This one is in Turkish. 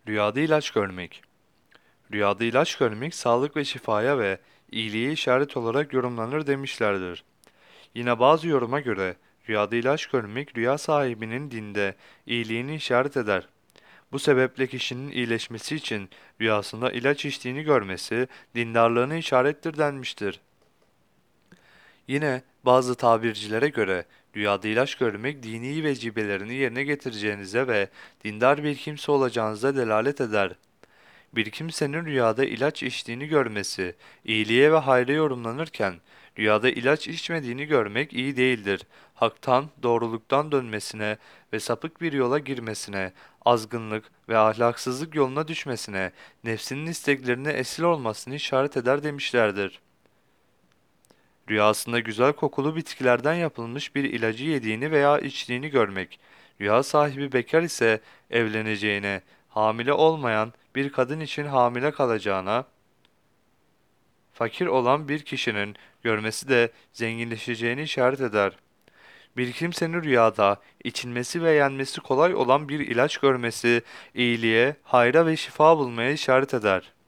Rüyada ilaç görmek. Rüyada ilaç görmek sağlık ve şifaya ve iyiliğe işaret olarak yorumlanır demişlerdir. Yine bazı yoruma göre rüyada ilaç görmek rüya sahibinin dinde iyiliğini işaret eder. Bu sebeple kişinin iyileşmesi için rüyasında ilaç içtiğini görmesi dindarlığını işarettir denmiştir. Yine bazı tabircilere göre rüyada ilaç görmek dini vecibelerini yerine getireceğinize ve dindar bir kimse olacağınıza delalet eder. Bir kimsenin rüyada ilaç içtiğini görmesi, iyiliğe ve hayra yorumlanırken, rüyada ilaç içmediğini görmek iyi değildir. Haktan, doğruluktan dönmesine ve sapık bir yola girmesine, azgınlık ve ahlaksızlık yoluna düşmesine, nefsinin isteklerine esir olmasını işaret eder demişlerdir. Rüyasında güzel kokulu bitkilerden yapılmış bir ilacı yediğini veya içtiğini görmek. Rüya sahibi bekar ise evleneceğine, hamile olmayan bir kadın için hamile kalacağına, fakir olan bir kişinin görmesi de zenginleşeceğini işaret eder. Bir kimsenin rüyada içilmesi ve yenmesi kolay olan bir ilaç görmesi, iyiliğe, hayra ve şifa bulmaya işaret eder.